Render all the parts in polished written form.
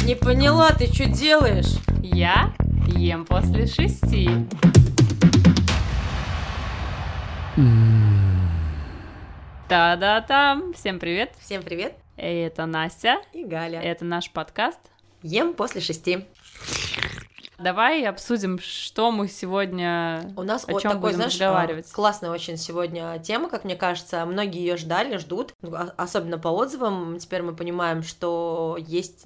Не поняла, ты что делаешь? Я ем после 6. Та-да-там! Всем привет! Всем привет! Это Настя. И Галя. Это наш подкаст. Ем после 6. Давай обсудим, что мы сегодня, У нас о вот чем такой, будем знаешь, разговаривать. классная очень сегодня тема, как мне кажется. Многие ее ждали, ждут, особенно по отзывам. Теперь мы понимаем, что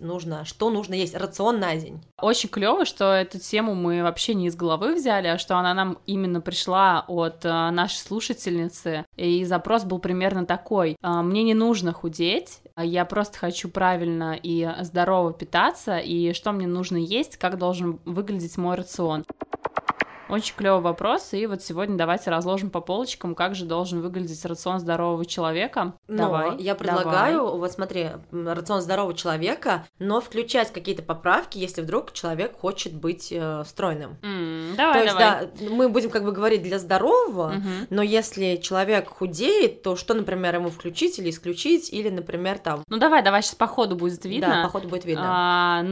нужно есть рацион на день. Очень клево, что эту тему мы вообще не из головы взяли, а что она нам именно пришла от нашей слушательницы. И запрос был примерно такой: мне не нужно худеть, я просто хочу правильно и здорово питаться, и что мне нужно есть, как должен выглядеть мой рацион. Очень клевый вопрос, и вот сегодня давайте разложим по полочкам, как же должен выглядеть рацион здорового человека. Я предлагаю, вот смотри, рацион здорового человека, но включать какие-то поправки, если вдруг человек хочет быть стройным. Давай. Да, мы будем как бы говорить для здорового, но если человек худеет, то что, например, ему включить или исключить, или, например, там... Ну давай, сейчас по ходу будет видно. Да, по ходу будет видно.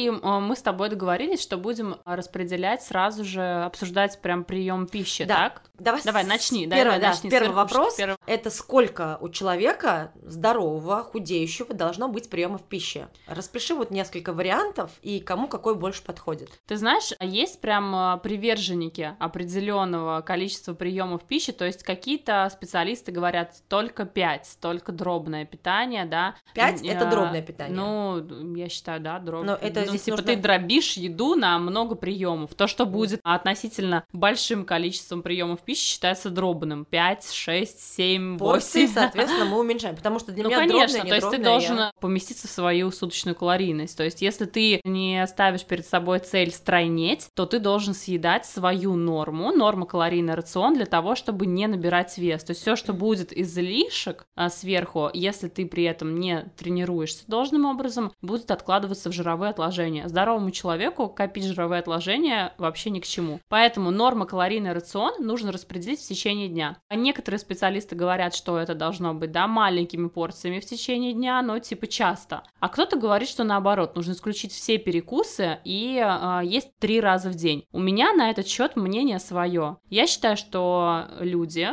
Мы с тобой договорились, что будем распределять сразу же, обсуждать прям прием пищи, да. так? Давай начни. Первый вопрос. Это сколько у человека здорового, худеющего должно быть приемов пищи? Распиши вот несколько вариантов и кому какой больше подходит. Ты знаешь, есть прям приверженники определенного количества приемов пищи, то есть какие-то специалисты говорят только 5, только дробное питание, да. 5 это дробное питание. Ну, я считаю, да, дробное. Но это здесь нужно... ты дробишь еду на много приемов. То, что будет относительно большим количеством приемов пищи, считается дробным. 5, 6, 7, 8. Порции, соответственно, мы уменьшаем, потому что для меня конечно, дробное, то есть ты должен поместиться в свою суточную калорийность. То есть если ты не ставишь перед собой цель стройнеть, то ты должен съедать свою норму калорийный рацион для того, чтобы не набирать вес. То есть все, что будет излишек сверху, если ты при этом не тренируешься должным образом, будет откладываться в жировые отложения. Здоровому человеку копить жировые отложения вообще ни к чему. Поэтому норма-калорийный рацион нужно распределить в течение дня. А некоторые специалисты говорят, что это должно быть, маленькими порциями в течение дня, но часто. А кто-то говорит, что наоборот, нужно исключить все перекусы и есть 3 раза в день. У меня на этот счет мнение свое. Я считаю, что люди,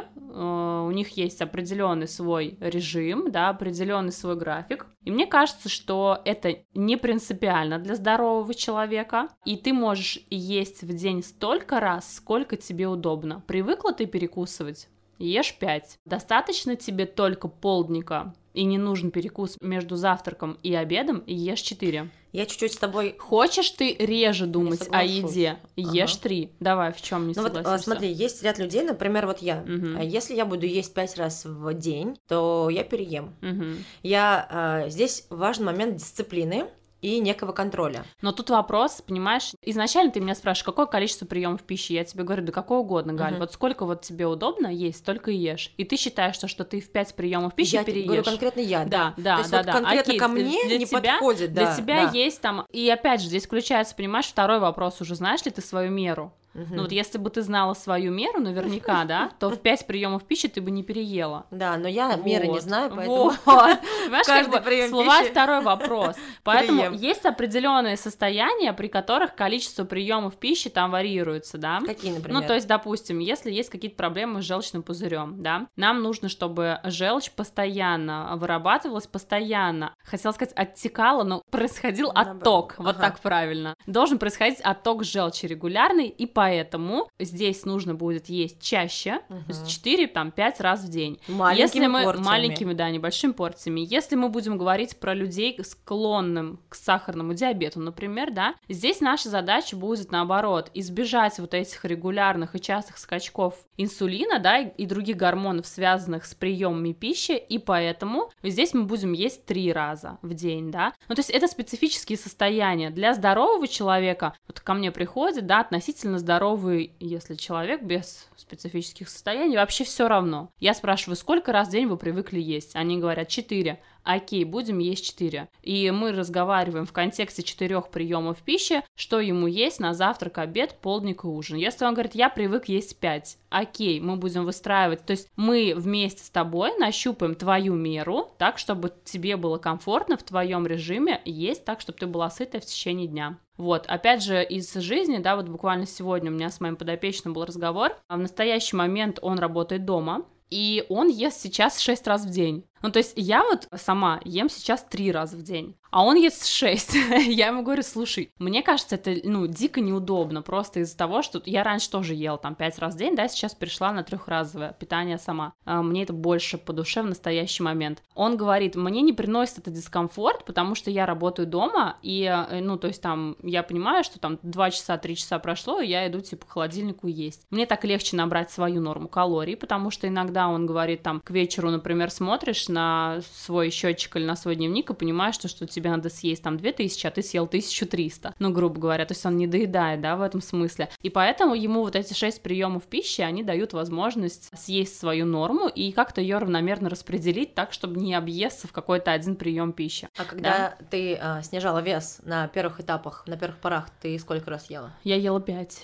у них есть определенный свой режим, определенный свой график. И мне кажется, что это не принципиально для здорового человека. И ты можешь есть в день столько раз, сколько тебе удобно. Привыкла ты перекусывать? Ешь 5. Достаточно тебе только полдника, и не нужен перекус между завтраком и обедом, и ешь 4. Я чуть-чуть с тобой... Хочешь ты реже думать о еде? Ешь 3. Давай, в чем не согласишься? Вот смотри, есть ряд людей, например, вот я. Если я буду есть 5 раз в день, то я переем. Здесь важный момент дисциплины и некого контроля. Но тут вопрос, понимаешь, изначально ты меня спрашиваешь, какое количество приемов пищи, я тебе говорю, да какое угодно, Галь, вот сколько вот тебе удобно есть, столько и ешь. И ты считаешь, что ты в 5 приемов пищи переешь. Я говорю конкретно я, да. То есть вот конкретно ко мне не подходит, Для тебя есть там, и опять же, здесь включается, понимаешь, второй вопрос уже, знаешь ли ты свою меру? Ну вот если бы ты знала свою меру, наверняка, то в 5 приемов пищи ты бы не переела. Да, но я меры не знаю, поэтому... Понимаешь, как бы всплывает второй вопрос. Поэтому есть определенные состояния, при которых количество приемов пищи там варьируется, да? Какие, например? Ну, то есть, допустим, если есть какие-то проблемы с желчным пузырем, да, нам нужно, чтобы желчь постоянно вырабатывалась, постоянно, хотела сказать, оттекала, но происходил отток, вот так правильно. Должен происходить отток желчи регулярный, и поэтому здесь нужно будет есть чаще, то есть 4-5 раз в день. Маленькими, небольшими порциями. Если мы будем говорить про людей, склонным к сахарному диабету, например, здесь наша задача будет, наоборот, избежать вот этих регулярных и частых скачков инсулина, и других гормонов, связанных с приемами пищи, и поэтому здесь мы будем есть 3 раза в день, Ну, то есть это специфические состояния. Для здорового человека, вот ко мне приходит, относительно здорового здоровый, если человек без специфических состояний, вообще все равно. Я спрашиваю, сколько раз в день вы привыкли есть? Они говорят 4. Окей, будем есть 4. И мы разговариваем в контексте 4 приемов пищи, что ему есть на завтрак, обед, полдник и ужин. Если он говорит, я привык есть 5, окей, мы будем выстраивать, то есть мы вместе с тобой нащупаем твою меру, так, чтобы тебе было комфортно в твоем режиме есть так, чтобы ты была сытая в течение дня. Вот, опять же, из жизни, да, вот буквально сегодня у меня с моим подопечным был разговор, в настоящий момент он работает дома, и он ест сейчас 6 раз в день. Ну, то есть я вот сама ем сейчас 3 раза в день, а он ест 6. Я ему говорю, слушай, мне кажется, это, дико неудобно, просто из-за того, что я раньше тоже ела там 5 раз в день, да, сейчас перешла на 3-разовое питание сама. Мне это больше по душе в настоящий момент. Он говорит, мне не приносит это дискомфорт, потому что я работаю дома, и, то есть там, я понимаю, что там 2 часа, 3 часа прошло, и я иду, типа, к холодильнику есть. Мне так легче набрать свою норму калорий, потому что иногда он говорит, там, к вечеру, например, смотришь на свой счетчик или на свой дневник и понимаешь, что тебе надо съесть там 2000, а ты съел 1300, грубо говоря, то есть он не доедает, да, в этом смысле. И поэтому ему вот эти 6 приемов пищи, они дают возможность съесть свою норму и как-то ее равномерно распределить так, чтобы не объесться в какой-то один прием пищи. А когда ты снижала вес на первых этапах, на первых порах, ты сколько раз ела? Я ела 5.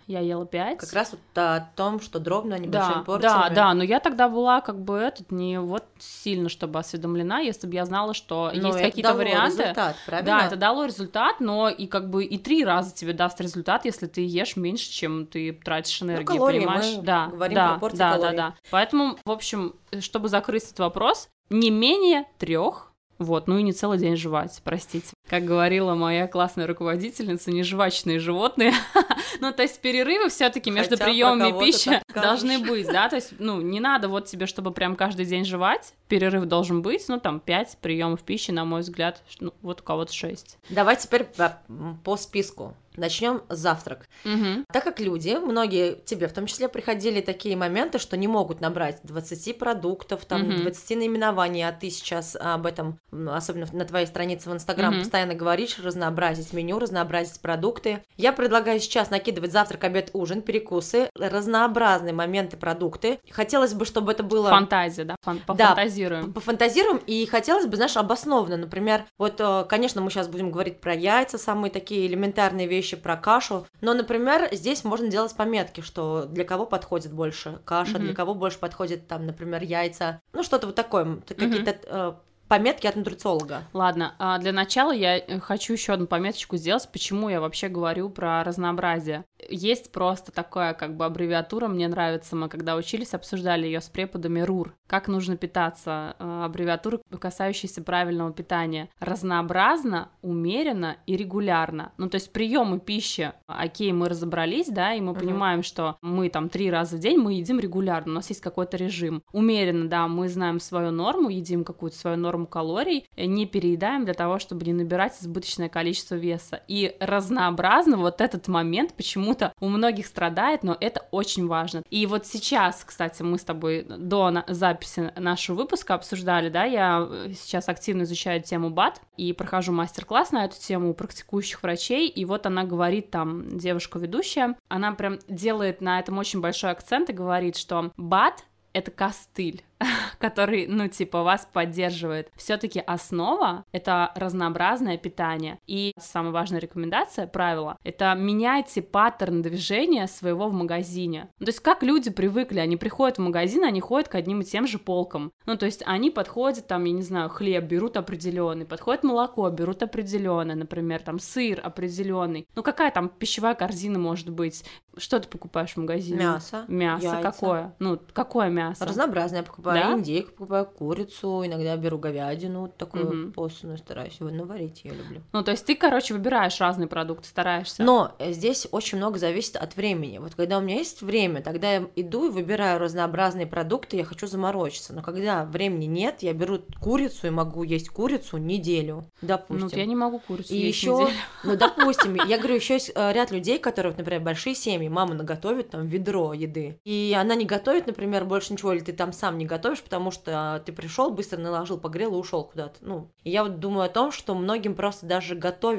Как раз вот о том, что дробно, небольшими порциями. Да, но я тогда была не вот сильно, чтобы осведомлена, если бы я знала, что есть какие-то варианты. Результат, правильно? Да, это дало результат, но и и 3 раза тебе даст результат, если ты ешь меньше, чем ты тратишь энергию, калории, понимаешь? Мы говорим про порции калорий. Да. Поэтому, в общем, чтобы закрыть этот вопрос, не менее 3. Вот, и не целый день жевать, простите. Как говорила моя классная руководительница, не жвачные животные. То есть перерывы все-таки между приемами пищи должны быть, да, то есть, не надо вот тебе, чтобы прям каждый день жевать, перерыв должен быть, 5 приемов пищи, на мой взгляд, вот у кого-то 6. Давай теперь по списку. Начнем с завтрак. Так как люди, многие, тебе в том числе, приходили такие моменты, что не могут набрать 20 продуктов, 20 наименований, а ты сейчас об этом, особенно на твоей странице в Инстаграм, постоянно говоришь, разнообразить меню, разнообразить продукты. Я предлагаю сейчас накидывать завтрак, обед, ужин, перекусы, разнообразные моменты, продукты. Хотелось бы, чтобы это было... Фантазия, да? Пофантазируем. Да, пофантазируем, и хотелось бы, знаешь, обоснованно. Например, вот, конечно, мы сейчас будем говорить про яйца, самые такие элементарные вещи, про кашу, но, например, здесь можно делать пометки, что для кого подходит больше каша, для кого больше подходит, там, например, яйца, что-то вот такое, какие-то пометки от нутрициолога. Ладно, для начала я хочу еще одну пометочку сделать, почему я вообще говорю про разнообразие. Есть просто такая аббревиатура, мне нравится, мы когда учились, обсуждали ее с преподами РУР, как нужно питаться, аббревиатура, касающаяся правильного питания. Разнообразно, умеренно и регулярно. То есть приемы пищи, окей, мы разобрались, да, и мы понимаем, что мы там 3 раза в день мы едим регулярно, у нас есть какой-то режим. Умеренно, да, мы знаем свою норму, едим какую-то свою норму калорий, не переедаем для того, чтобы не набирать избыточное количество веса. И разнообразно вот этот момент почему-то у многих страдает, но это очень важно. И вот сейчас, кстати, мы с тобой до записи нашего выпуска обсуждали, да, я сейчас активно изучаю тему БАД и прохожу мастер-класс на эту тему у практикующих врачей, и вот она говорит, там, девушка-ведущая, она прям делает на этом очень большой акцент и говорит, что БАД — это костыль, который, вас поддерживает. Все-таки основа — это разнообразное питание. И самая важная рекомендация, правило, это меняйте паттерн движения своего в магазине. То есть как люди привыкли, они приходят в магазин, они ходят к одним и тем же полкам. То есть они подходят, там, я не знаю, хлеб берут определенный, подходит молоко, берут определенное, например, там, сыр определенный. Какая там пищевая корзина может быть? Что ты покупаешь в магазине? Мясо. Мясо какое? Какое мясо? Разнообразное я покупаю. Да? Индейку покупаю, курицу, иногда беру говядину, такую постную стараюсь, наварить я люблю. То есть ты, выбираешь разные продукты, стараешься. Но здесь очень много зависит от времени. Вот когда у меня есть время, тогда я иду и выбираю разнообразные продукты, я хочу заморочиться. Но когда времени нет, я беру курицу и могу есть курицу неделю, допустим. Я не могу курицу есть еще, неделю. Допустим, я говорю, еще есть ряд людей, которые, например, большие семьи, мама наготовит там ведро еды, и она не готовит, например, больше ничего, или ты там сам не готовишь, потому что ты пришел, быстро наложил, погрел и ушел куда-то. И я вот думаю о том, что многим просто даже готовить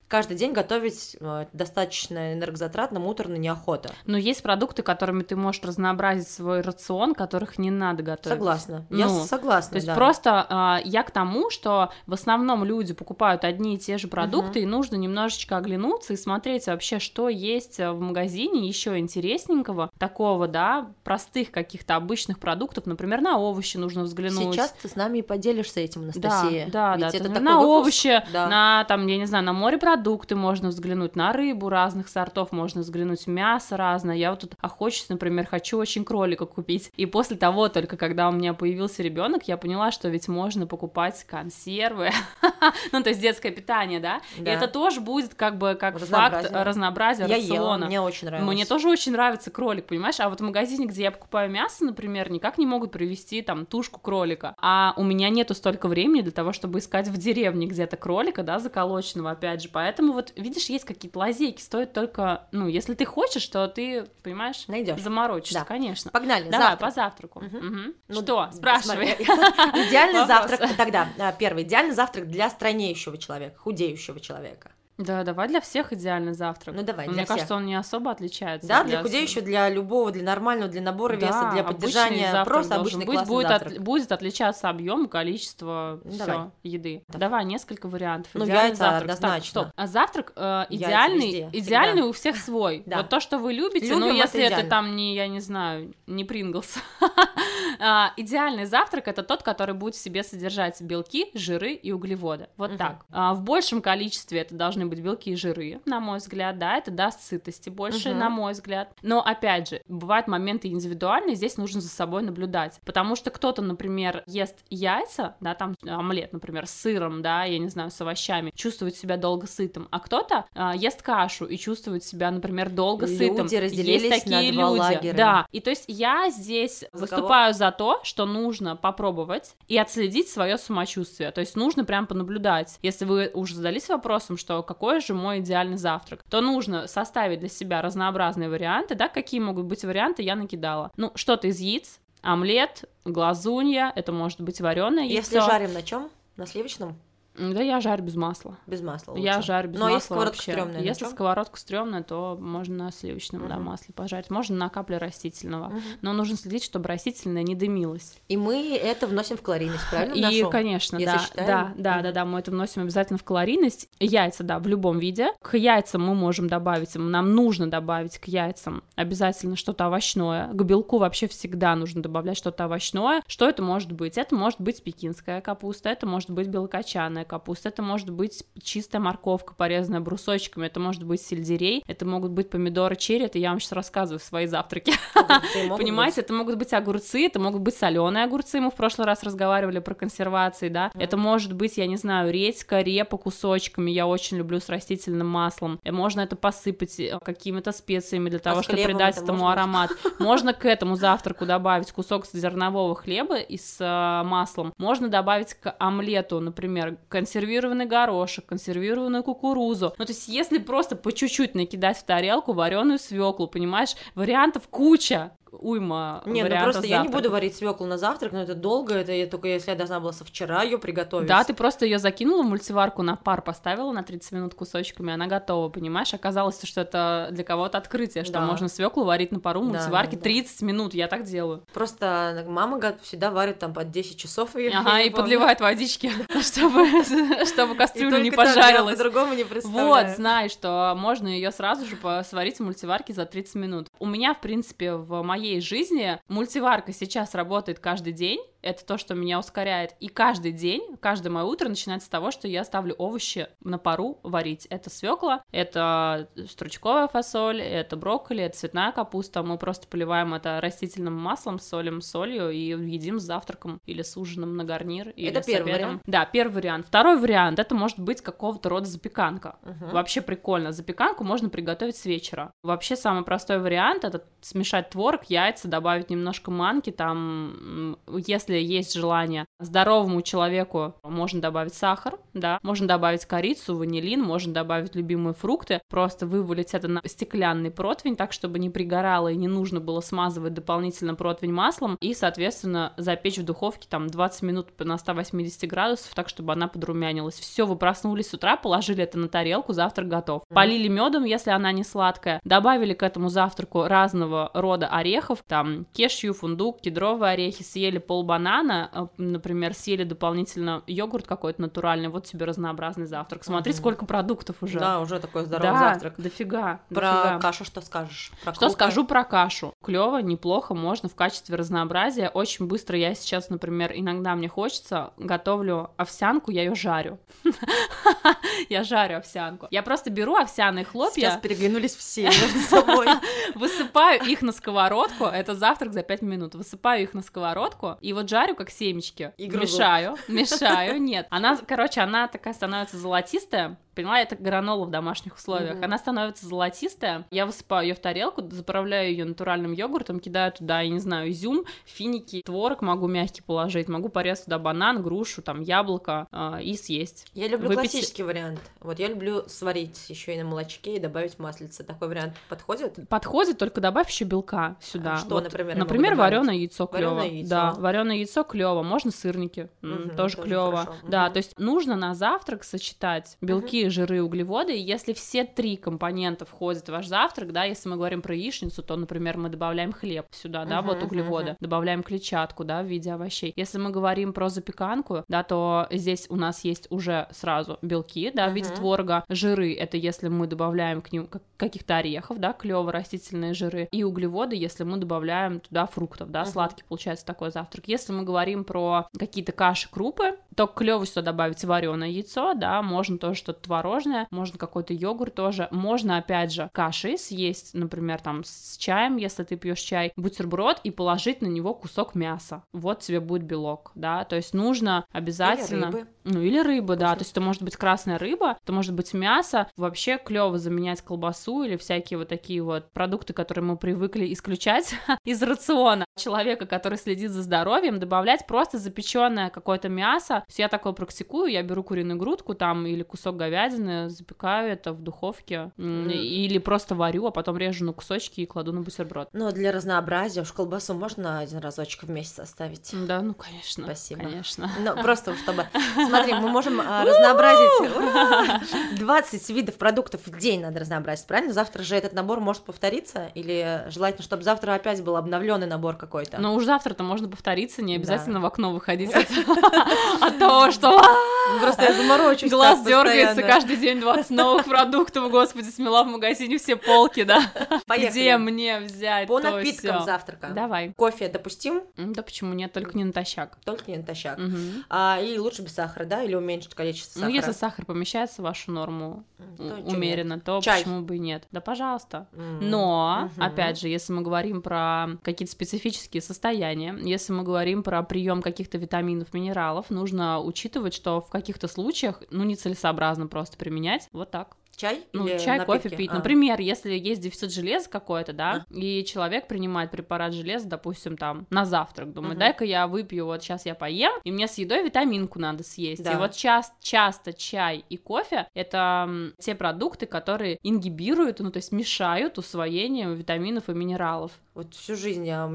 каждый день готовить достаточно энергозатратно, муторно, неохота. Но есть продукты, которыми ты можешь разнообразить свой рацион, которых не надо готовить. Согласна. Я согласна, то есть просто я к тому, что в основном люди покупают одни и те же продукты, и нужно немножечко оглянуться и смотреть вообще, что есть в магазине еще интересненького, такого, да, простых каких-то обычных продуктов, например, на овощи нужно взглянуть. Сейчас ты с нами и поделишься этим, Анастасия. Да, Ведь это на овощи, да. на, там, я не знаю, на морепродукты можно взглянуть, на рыбу разных сортов можно взглянуть, мясо разное. Я вот тут охочусь, например, хочу очень кролика купить. И после того, только когда у меня появился ребенок, я поняла, что ведь можно покупать консервы, ну, то есть детское питание, да? И это тоже будет как бы как факт разнообразия рациона. Мне очень нравится. Мне тоже очень нравится кролик, понимаешь? А вот в магазине, где я покупаю мясо, например, никак не могут привезти там тушку кролика. А у меня нету столько времени для того, чтобы искать в деревне где-то кролика, да, заколоченного, опять же. Поэтому вот, видишь, есть какие-то лазейки, стоит только, ну, если ты хочешь, то ты, понимаешь, найдешь. Заморочишься, да. Конечно. Погнали, давай, завтрак. по завтраку. Ну, что? Спрашивай. Идеальный завтрак, тогда, первый, идеальный завтрак для стройнеющего человека, худеющего человека. Да, давай для всех идеальный завтрак. Ну давай, Мне кажется, он не особо отличается. Да, для худеющего, для любого, для нормального, для набора веса, для поддержания, просто обычный классный завтрак. Будет отличаться объем, количество еды. Да. Давай, несколько вариантов. Ну, идеальный яйца завтрак. однозначно. Стоп. А завтрак идеальный у всех свой. Да. Вот то, что вы любите, Любим, ну, если это идеально. там не, я не знаю, не Принглс. Идеальный завтрак — это тот, который будет в себе содержать белки, жиры и углеводы. Вот так. В большем количестве это должны быть белки и жиры, на мой взгляд, да, это даст сытости больше, на мой взгляд. Но, опять же, бывают моменты индивидуальные, здесь нужно за собой наблюдать, потому что кто-то, например, ест яйца, да, там омлет, например, с сыром, да, я не знаю, с овощами, чувствует себя долго сытым, а кто-то ест кашу и чувствует себя, например, долго сытым. Люди разделились есть такие на два люди, лагеря. да, и то есть я здесь выступаю за то, что нужно попробовать и отследить свое самочувствие, то есть нужно прям понаблюдать, если вы уже задались вопросом, что какой же мой идеальный завтрак, то нужно составить для себя разнообразные варианты, да, какие могут быть варианты, я накидала. Ну, что-то из яиц, омлет, глазунья, это может быть вареное яйцо. Если жарим на чем? На сливочном? Да, я жарю без масла. Без масла лучше. Я жарю без масла. масла. Но если сковородка вообще. стрёмная, если сковородка стрёмная, то можно на сливочном масле пожарить. Можно на капле растительного. Но нужно следить, чтобы растительное не дымилось. И мы это вносим в калорийность, правильно? И, конечно, да, мы это вносим обязательно в калорийность. Яйца, да, в любом виде. К яйцам мы можем добавить, нам нужно добавить к яйцам обязательно что-то овощное. К белку вообще всегда нужно добавлять что-то овощное. Что это может быть? Это может быть пекинская капуста, это может быть белокочанная капуста, это может быть чистая морковка, порезанная брусочками, это может быть сельдерей, это могут быть помидоры черри, это я вам сейчас рассказываю в свои завтраки. Понимаете, это могут быть огурцы, это могут быть соленые огурцы, мы в прошлый раз разговаривали про консервации, да, это может быть, я не знаю, редька, репа кусочками, я очень люблю с растительным маслом, можно это посыпать какими-то специями для того, чтобы придать этому аромат. Можно к этому завтраку добавить кусок зернового хлеба и с маслом, можно добавить к омлету, например, консервированный горошек, консервированную кукурузу. Ну, то есть, если просто по чуть-чуть накидать в тарелку вареную свеклу, понимаешь, вариантов куча. Уйма не, вариантов ну просто завтрака. Я не буду варить свеклу на завтрак, но это долго, это только если я должна была со вчера ее приготовить. Да, ты просто ее закинула в мультиварку, на пар поставила на 30 минут кусочками, она готова, понимаешь? Оказалось, что это для кого-то открытие, что можно свеклу варить на пару в мультиварке 30 минут, я так делаю. Просто мама всегда варит там под 10 часов. И подливает водички, чтобы кастрюля не пожарилась. По-другому не представляю. Вот, знай, что можно ее сразу же сварить в мультиварке за 30 минут. У меня, в принципе, в моей жизни мультиварка сейчас работает каждый день, это то, что меня ускоряет, и каждый день, каждое мое утро начинается с того, что я ставлю овощи на пару варить. Это свекла, это стручковая фасоль, это брокколи, это цветная капуста, мы просто поливаем это растительным маслом, солим солью и едим с завтраком или с ужином на гарнир. Или это первый вариант? Да, первый вариант. Второй вариант, это может быть какого-то рода запеканка. Вообще прикольно. Запеканку можно приготовить с вечера. Вообще самый простой вариант — это смешать творог, яйца, добавить немножко манки, там, если есть желание. Здоровому человеку можно добавить сахар, да, можно добавить корицу, ванилин, можно добавить любимые фрукты, просто вывалить это на стеклянный противень, так, чтобы не пригорало и не нужно было смазывать дополнительно противень маслом, и, соответственно, запечь в духовке там 20 минут на 180 градусов, так, чтобы она подрумянилась. Все, вы проснулись с утра, положили это на тарелку, завтрак готов. Полили медом, если она не сладкая, добавили к этому завтраку разного рода орехов, там, кешью, фундук, кедровые орехи, съели полбанана, например, съели дополнительно йогурт какой-то натуральный, вот тебе разнообразный завтрак. Смотри, сколько продуктов уже. Да, уже такой здоровый завтрак. Дофига. Про кашу что скажешь? Что скажу про кашу? Клево, неплохо, можно в качестве разнообразия. Очень быстро я сейчас, например, иногда мне хочется, готовлю овсянку, я ее жарю. Я жарю овсянку. Я просто беру овсяные хлопья. Сейчас переглянулись все между собой. Высыпаю их на сковородку, это завтрак за 5 минут. Высыпаю их на сковородку и вот жарю как семечки. Мешаю, нет. Она такая становится золотистая. Поняла, это гранола в домашних условиях. Она становится золотистая. Я высыпаю ее в тарелку, заправляю ее натуральным йогуртом, кидаю туда, я не знаю, изюм, финики, творог могу мягкий положить, могу порезать туда банан, грушу, там, яблоко и съесть. Я люблю классический вариант. Вот я люблю сварить еще и на молочке и добавить маслице. Такой вариант подходит? Подходит, только добавь еще белка сюда. Что, вот, например? Например, вареное яйцо клево. Вареное яйцо. Да, вареное яйцо клево. Можно сырники, тоже клево. Да, то есть нужно на завтрак сочетать белки, жиры, углеводы, и если все 3 компонента входят в ваш завтрак, да, если мы говорим про яичницу, то, например, мы добавляем хлеб сюда, да, вот углеводы, добавляем клетчатку, да, в виде овощей. Если мы говорим про запеканку, да, то здесь у нас есть уже сразу белки, да, в виде творога, жиры, это если мы добавляем к ним каких-то орехов, да, клёво растительные жиры, и углеводы, если мы добавляем туда фруктов, да, сладкий получается такой завтрак. Если мы говорим про какие-то каши, крупы, то клёво сюда добавить вареное яйцо, да, можно тоже что-то творожное, можно какой-то йогурт тоже, можно, опять же, каши съесть, например, там, с чаем, если ты пьешь чай, бутерброд и положить на него кусок мяса, вот тебе будет белок, да, то есть нужно обязательно... Или рыбы. Ну, или рыба, да, то есть это может быть красная рыба, это может быть мясо, вообще клево заменять колбасу или всякие вот такие вот продукты, которые мы привыкли исключать из рациона человека, который следит за здоровьем, добавлять просто запеченное какое-то мясо. Я такое практикую, я беру куриную грудку там или кусок говядины, запекаю это в духовке или просто варю, а потом режу на кусочки и кладу на бутерброд. Ну, для разнообразия уж колбасу можно один разочек в месяц оставить. Да, ну, конечно. Спасибо. Конечно. Ну, просто чтобы... Смотри, мы можем разнообразить 20 видов продуктов в день надо разнообразить, правильно? Завтра же этот набор может повториться, или желательно, чтобы завтра опять был обновленный набор какой-то? Ну, уж завтра-то можно повториться, не обязательно в окно выходить от того, что... Просто я заморочусь. Глаз дергается каждый день 20 новых продуктов, господи, смела в магазине все полки, да? Где мне взять по напиткам завтрака? Давай. Кофе допустим? Да почему нет, только не натощак. Только не натощак. И лучше без сахара, да, или уменьшить количество сахара? Ну, если сахар помещается в вашу норму умеренно, то почему бы и нет? Да, пожалуйста. Но, опять же, если мы говорим про какие-то специфические состояния, если мы говорим про прием каких-то витаминов, минералов, нужно учитывать, что в каких-то случаях, нецелесообразно просто применять вот так. Чай? Ну, или чай, напитки? кофе пить. Например, если есть дефицит железа какой-то, да, и человек принимает препарат железа, допустим, там, на завтрак, думает, дай-ка я выпью, вот сейчас я поем, и мне с едой витаминку надо съесть. Да. И вот часто чай и кофе — это те продукты, которые ингибируют, ну, то есть мешают усвоению витаминов и минералов. Вот всю жизнь я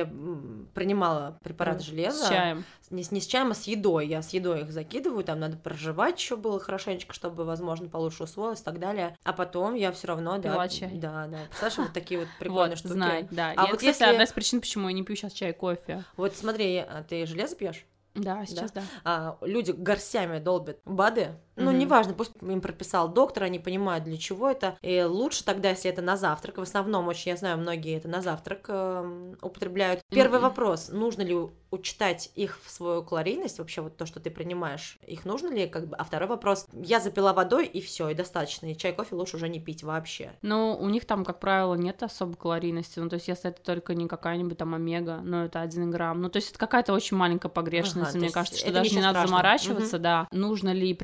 принимала препарат железа. С чаем. Не с чаем, а с едой. Я с едой их закидываю, там надо прожевать еще было хорошенечко, чтобы, возможно, получше усвоилось и так далее. А потом я все равно, пила чай. Да. Представляешь, вот такие вот прикольные штуки. Знай, да. А вот, кстати, одна из причин, почему я не пью сейчас чай и кофе. Вот смотри, ты железо пьешь? Да, сейчас да. Люди горстями долбят БАДы. Ну, неважно, пусть им прописал доктор, они понимают, для чего это. И лучше тогда, если это на завтрак. В основном, я знаю, многие это на завтрак употребляют. Первый вопрос, нужно ли учитать их в свою калорийность, вообще вот то, что ты принимаешь, их нужно ли, как бы. А второй вопрос, я запила водой, и все, и достаточно. И чай, кофе лучше уже не пить вообще. Ну, у них там, как правило, нет особой калорийности. Ну, то есть, если это только не какая-нибудь там омега, но это 1 грамм. Ну, то есть, это какая-то очень маленькая погрешность. Мне кажется, что даже не надо заморачиваться, да. Нужно ли принципиально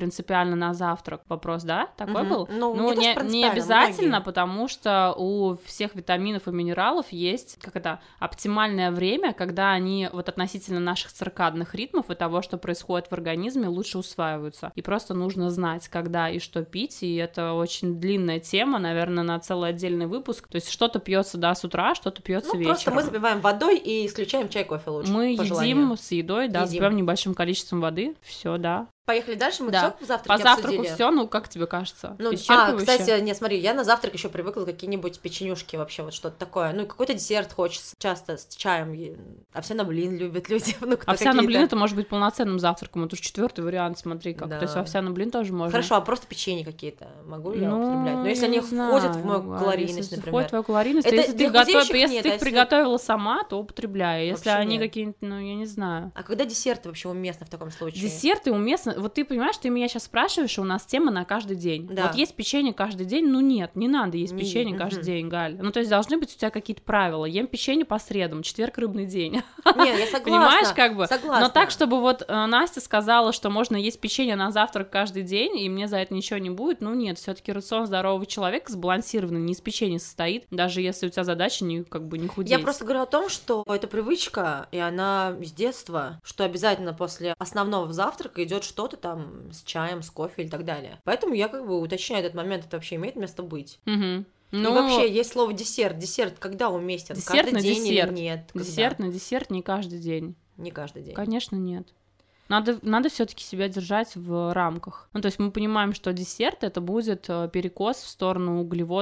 специально на завтрак. Вопрос, да? Такой был? Ну не обязательно, потому что у всех витаминов и минералов есть, оптимальное время, когда они вот относительно наших циркадных ритмов и того, что происходит в организме, лучше усваиваются. И просто нужно знать, когда и что пить, и это очень длинная тема, наверное, на целый отдельный выпуск. То есть что-то пьется, да, с утра, что-то пьется вечером. Просто мы запиваем водой и исключаем чай, кофе лучше. Мы едим с едой, да, запиваем небольшим количеством воды, все, да. Поехали дальше, мы да. все завтраки По завтраку обсудили. все, как тебе кажется? Кстати, не, смотри, я на завтрак еще привыкла какие-нибудь печенюшки вообще, вот что-то такое. Какой-то десерт хочется часто с чаем. Овсяный блин любят люди. Овсяный блин это может быть полноценным завтраком, это уж 4-й вариант, смотри как. Да. То есть овсяный блин тоже можно. Хорошо, а просто печенье какие-то могу я употреблять? Но если они входят в мою калорийность, например. Входит в твою калорийность, если ты их приготовила сама, то употребляй. Если они какие-нибудь, я не знаю. А когда десерты вообще уместны в таком случае? Десерты уместны, вот ты понимаешь, ты меня сейчас спрашиваешь, у нас тема на каждый день. Да. Вот есть печенье каждый день, нет, не надо есть печенье каждый день, Галь. То есть должны быть у тебя какие-то правила. Ем печенье по средам, четверг рыбный день. Нет, я согласна. Понимаешь, Согласна. Но так, чтобы вот Настя сказала, что можно есть печенье на завтрак каждый день, и мне за это ничего не будет, нет, все-таки рацион здорового человека сбалансированный, не из печенья состоит, даже если у тебя задача не худеть. Я просто говорю о том, что это привычка, и она с детства, что обязательно после основного завтрака идет что-то там с чаем, с кофе и так далее. Поэтому я уточняю этот момент, это вообще имеет место быть. Угу. И вообще есть слово десерт. Десерт когда уместен? Десерт каждый день десерт. Или нет? Десерт на десерт не каждый день. Не каждый день. Конечно, нет. Надо все-таки себя держать в рамках. То есть мы понимаем, что десерт это будет перекос в сторону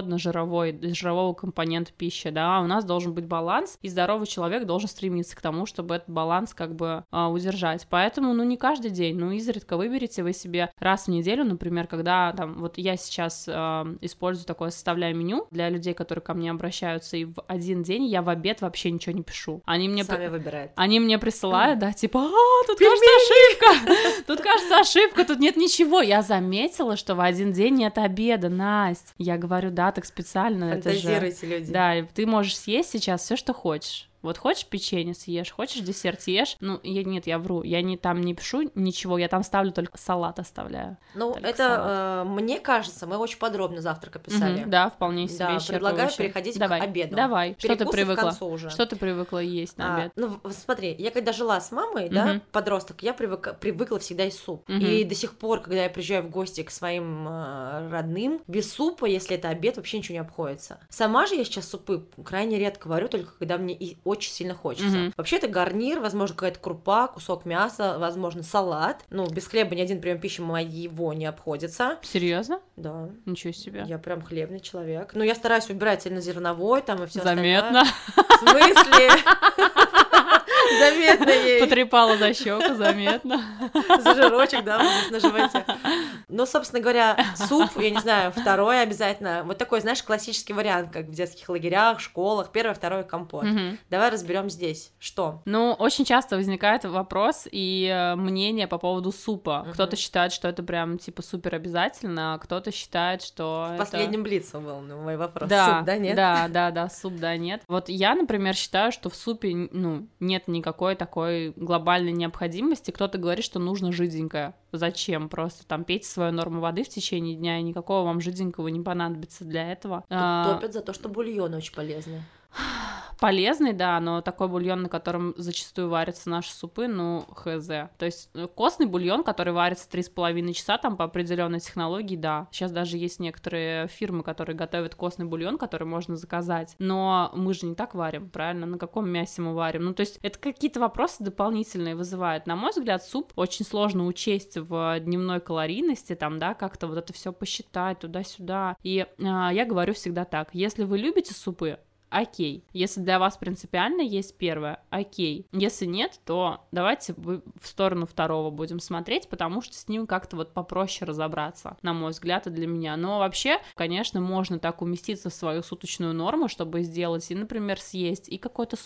жирового компонента пищи, да, у нас должен быть баланс, и здоровый человек должен стремиться к тому, чтобы этот баланс удержать. Поэтому, не каждый день, изредка выберите вы себе раз в неделю, например, когда вот я сейчас использую такое, составляю меню для людей, которые ко мне обращаются, и в один день я в обед вообще ничего не пишу. Они мне сами выбирают. Они мне присылают, да, типа, тут кажется ошибка. Тут, кажется, ошибка, тут нет ничего. Я заметила, что в один день нет обеда, Настя. Я говорю, да, так специально. Фантазируйте, люди. Да, ты можешь съесть сейчас все, что хочешь. Вот хочешь печенье съешь, хочешь десерт съешь. Я вру, я там не пишу ничего, я там ставлю только салат оставляю. Мне кажется, мы очень подробно завтрак описали. Да, вполне себе. Да, предлагаю переходить к обеду. Давай, что ты привыкла? К концу уже. Что ты привыкла есть на обед? Смотри, я когда жила с мамой, да, подросток, я привыкла всегда есть суп. И до сих пор, когда я приезжаю в гости к своим родным, без супа, если это обед, вообще ничего не обходится. Сама же я сейчас супы крайне редко варю, только когда мне очень сильно хочется. Вообще это гарнир, возможно, какая-то крупа, кусок мяса, возможно, салат. Без хлеба ни один прием пищи моего не обходится. Серьезно? Да. Ничего себе. Я прям хлебный человек. Я стараюсь выбирать цельнозерновой там и все остальное. Заметно. В смысле? Заметно ей. Потрепала за щеку, заметно. За жирочек, да, на животе. Собственно говоря, суп, я не знаю, второй обязательно. Вот такой, знаешь, классический вариант, как в детских лагерях, школах. Первый, второй компот. Давай разберем здесь. Что? Очень часто возникает вопрос и мнение по поводу супа. Кто-то считает, что это прям, типа, супер обязательно, а кто-то считает, что в последнем блице был мой вопрос. Да, суп, да, нет? Да, суп, да, нет. Вот я, например, считаю, что в супе, нет никакой такой глобальной необходимости. Кто-то говорит, что нужно жиденькое. Зачем? Просто пейте свою норму воды в течение дня, и никакого вам жиденького не понадобится для этого. Топят за то, что бульон очень полезный. Полезный, да, но такой бульон, на котором зачастую варятся наши супы, хз. То есть костный бульон, который варится 3,5 часа по определенной технологии, да. Сейчас даже есть некоторые фирмы, которые готовят костный бульон, который можно заказать. Но мы же не так варим, правильно? На каком мясе мы варим? То есть это какие-то вопросы дополнительные вызывают. На мой взгляд, суп очень сложно учесть в дневной калорийности, как-то вот это все посчитать туда-сюда. И я говорю всегда так: если вы любите супы, окей. Если для вас принципиально есть первое, окей. Если нет, то давайте в сторону второго будем смотреть, потому что с ним как-то попроще разобраться, на мой взгляд, и для меня. Но вообще, конечно, можно так уместиться в свою суточную норму, чтобы сделать и, например, съесть и какой-то суп,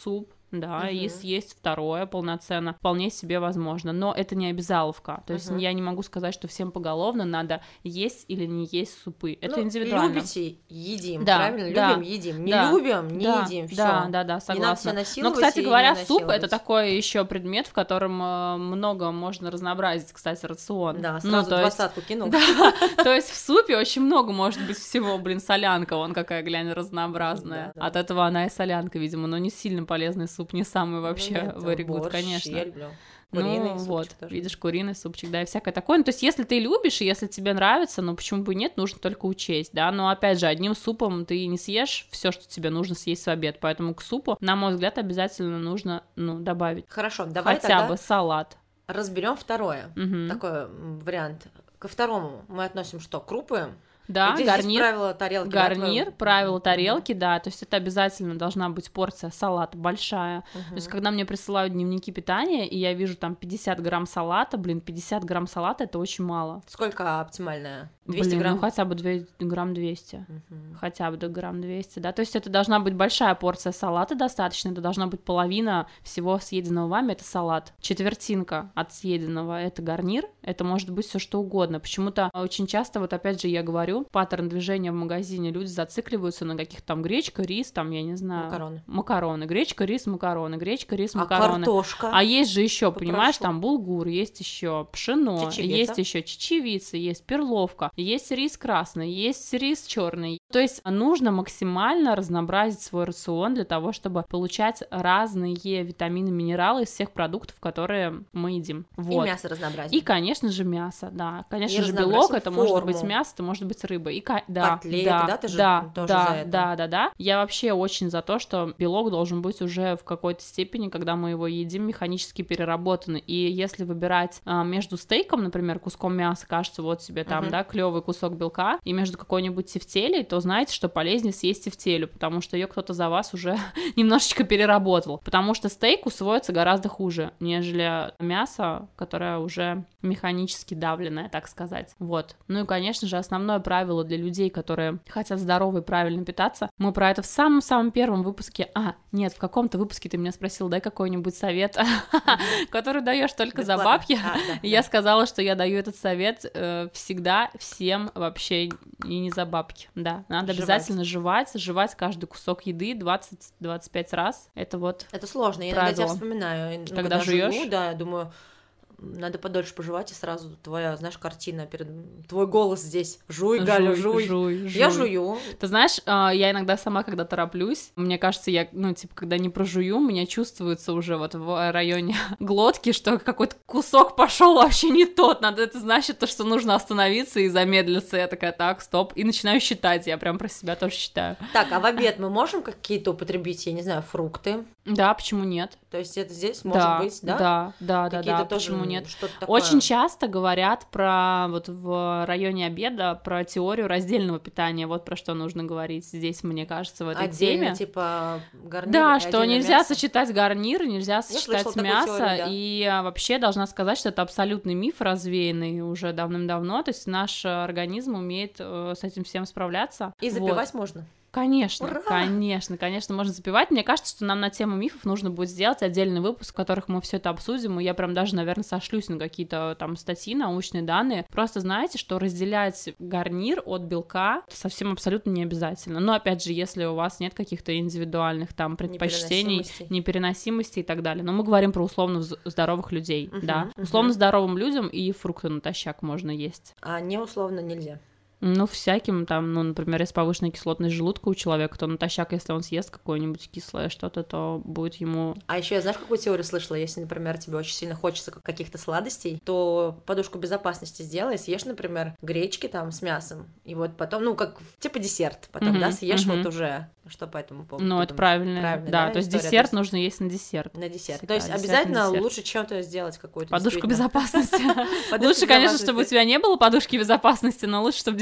да, и съесть второе полноценно вполне себе возможно, но это не обязаловка, то есть я не могу сказать, что всем поголовно надо есть или не есть супы, это индивидуально. Любите, едим, правильно? Любим, едим, не любим, не едим, всё. Да, согласна. Не надо себя насиловать. Но, кстати говоря, суп — это такой еще предмет, в котором много можно разнообразить, кстати, рацион. Да, сразу 20-ку кинул. Да, то есть в супе очень много может быть всего, солянка, вон какая, глянь, разнообразная. От этого она и солянка, видимо, но не сильно полезный суп, не самый вообще very good, конечно. Я люблю. Куриный супчик тоже. Видишь, куриный супчик, да, и всякое такое. Ну, то есть, если ты любишь, и если тебе нравится, ну, почему бы нет, нужно только учесть, да, но, опять же, одним супом ты не съешь все, что тебе нужно съесть в обед, поэтому к супу, на мой взгляд, обязательно нужно, добавить. Хорошо, давай хотя бы салат. Разберем второе, такой вариант. Ко второму мы относим что? Крупы? Да, гарнир, правило тарелки. Гарнир, правило тарелки, да, то есть это обязательно должна быть порция салата большая. То есть когда мне присылают дневники питания, и я вижу там 50 грамм салата, 50 грамм салата — это очень мало. Сколько оптимальная? 200 грамм? Ну хотя бы грамм 200, хотя бы грамм 200, да, то есть это должна быть большая порция салата достаточно, это должна быть половина всего съеденного вами, это салат, четвертинка от съеденного — это гарнир, это может быть все что угодно. Почему-то очень часто, вот опять же я говорю, паттерн движения в магазине, люди зацикливаются на каких-то там гречка, рис, там, я не знаю... Макароны. Гречка, рис, макароны. Гречка, рис, макароны. Картошка? А есть же еще, понимаешь, там булгур, есть еще пшено, есть еще чечевица, есть перловка, есть рис красный, есть рис черный. То есть нужно максимально разнообразить свой рацион для того, чтобы получать разные витамины, минералы из всех продуктов, которые мы едим. Вот. И мясо разнообразить. И, конечно же, мясо, да. Конечно же, белок, это может быть мясо, это может быть рыба. И котлеты, да, ты же тоже за это. Да. Я вообще очень за то, что белок должен быть уже в какой-то степени, когда мы его едим, механически переработанный. И если выбирать между стейком, например, куском мяса, кажется, вот себе там, да, клевый кусок белка, и между какой-нибудь тефтелей, то знаете, что полезнее съесть тефтелю, потому что ее кто-то за вас уже немножечко переработал. Потому что стейк усвоится гораздо хуже, нежели мясо, которое уже механически давленное, так сказать. Вот. Ну и, конечно же, основное правило для людей, которые хотят здорово и правильно питаться. Мы про это в самом-самом первом выпуске. Нет, в каком-то выпуске ты меня спросил, дай какой-нибудь совет, который даешь только за бабки. И я сказала, что я даю этот совет всегда всем вообще и не за бабки. Да, надо обязательно жевать каждый кусок еды 20-25 раз. Это вот это сложно, я иногда тебя вспоминаю. Когда жуешь? Да, я думаю, надо подольше пожевать, и сразу твоя, знаешь, картина твой голос здесь. Жуй, Галя, жуй. Я жую. Ты знаешь, я иногда сама, когда тороплюсь, мне кажется, я, когда не прожую, у меня чувствуется уже вот в районе глотки, что какой-то кусок пошел вообще не тот. Это значит то, что нужно остановиться и замедлиться. Я такая, так, стоп, и начинаю считать. Я прям про себя тоже считаю. Так, а в обед мы можем какие-то употребить, я не знаю, фрукты? Да, почему нет? То есть это здесь может быть, да? Да, почему нет? Очень часто говорят про, вот в районе обеда, про теорию раздельного питания, вот про что нужно говорить здесь, мне кажется, в этой теме. Типа гарнир. Да, что нельзя сочетать гарнир, нельзя сочетать мясо, и вообще должна сказать, что это абсолютный миф, развеянный уже давным-давно, то есть наш организм умеет с этим всем справляться. И запивать можно. Конечно, Ура! конечно, можно запивать. Мне кажется, что нам на тему мифов нужно будет сделать отдельный выпуск, в которых мы все это обсудим, и я прям даже, наверное, сошлюсь на какие-то там статьи, научные данные. Просто знаете, что разделять гарнир от белка совсем абсолютно не обязательно. Но, опять же, если у вас нет каких-то индивидуальных там предпочтений, непереносимостей и так далее. Но мы говорим про условно здоровых людей, да. Условно здоровым людям и фрукты натощак можно есть. А не условно нельзя? Всяким там, например, если повышенная кислотность желудка у человека, то натощак, если он съест какое-нибудь кислое что-то, то будет ему... А еще я, знаешь, какую теорию слышала? Если, например, тебе очень сильно хочется каких-то сладостей, то подушку безопасности сделай, съешь, например, гречки там с мясом, и вот потом, как типа десерт, потом, да, съешь вот уже. Что по этому поводу? Это правильно, да, то есть десерт нужно есть на десерт. На десерт. То есть обязательно лучше чем-то сделать какую-то подушку безопасности. Лучше, конечно, чтобы у тебя не было подушки безопасности, но лучше, чтобы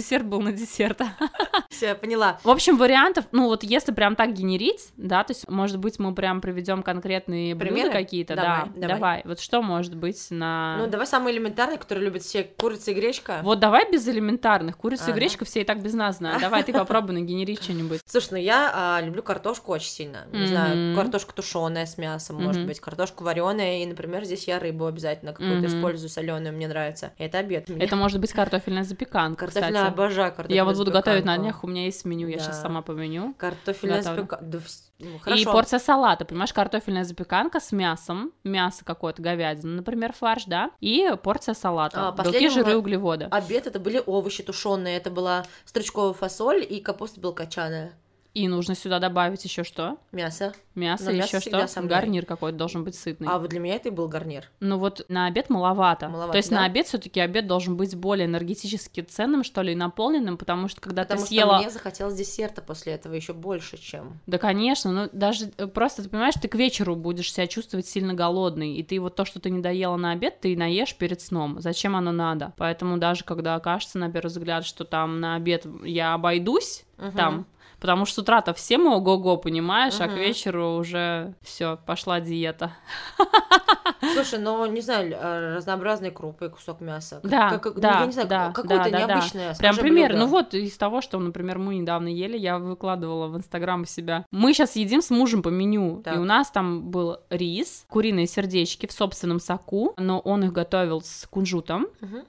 десерт был на десерт. Все, я поняла. В общем, вариантов, ну вот если прям так генерить, да, то есть, может быть, мы прям приведем конкретные блюда какие-то, давай. Вот что может быть на... Ну, давай самые элементарные, которые любят все: курица и гречка. Вот давай без элементарных. Курица и гречка все и так без нас знают. Давай ты попробуй нагенерить что-нибудь. Слушай, ну я люблю картошку очень сильно. Не знаю, картошка тушеная с мясом, может быть, картошку вареная, и, например, здесь я рыбу обязательно какую-то использую соленую, мне нравится. Это обед. Это может быть картофельная запеканка, картофельная, кстати. Обожаю картофельную Я вот буду запеканку. готовить на днях, у меня есть меню, я сейчас сама по меню. Картофельная запеканка. И порция салата, понимаешь, картофельная запеканка с мясом, мясо какое-то, говядина, например, фарш, да, и порция салата, белки, жиры, углеводы. Обед это были овощи тушеные, это была стручковая фасоль и капуста белокочанная. И нужно сюда добавить еще что? Мясо. Мясо, еще что? Гарнир какой-то должен быть сытный. А вот для меня это и был гарнир. Ну вот на обед маловато. То есть на обед все-таки обед должен быть более энергетически ценным, что ли, и наполненным, потому что когда ты съела... Потому что мне захотелось десерта после этого еще больше, чем... Да, конечно, ну даже просто, ты понимаешь, ты к вечеру будешь себя чувствовать сильно голодной, и ты вот то, что ты не доела на обед, ты наешь перед сном. Зачем оно надо? Поэтому даже когда кажется, на первый взгляд, что там на обед я обойдусь, там... Потому что с утра-то всем ого-го, понимаешь, а к вечеру уже все, пошла диета. Слушай, ну, не знаю, разнообразные крупы и кусок мяса. Да, я не знаю, какое-то необычное. Прям пример, ну вот из того, что, например, мы недавно ели, я выкладывала в Инстаграм у себя. Мы сейчас едим с мужем по меню, и у нас там был рис, куриные сердечки в собственном соку, но он их готовил с кунжутом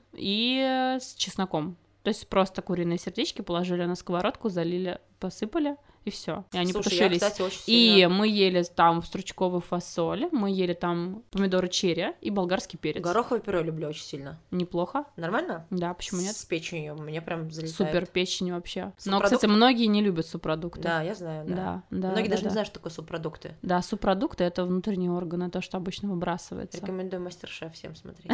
и с чесноком. То есть просто куриные сердечки положили на сковородку, залили, посыпали, и все. И они потушились. И мы ели там стручковую фасоль, мы ели там помидоры черри и болгарский перец. Гороховое пюре люблю очень сильно. Неплохо. Нормально? Да, почему нет? С печенью, мне прям залетает. Супер печень вообще. Но, кстати, многие не любят субпродукты. Да, я знаю, да. Многие даже не знают, что такое субпродукты. Да, субпродукты — это внутренние органы, то, что обычно выбрасывается. Рекомендую Мастер-шеф всем смотреть.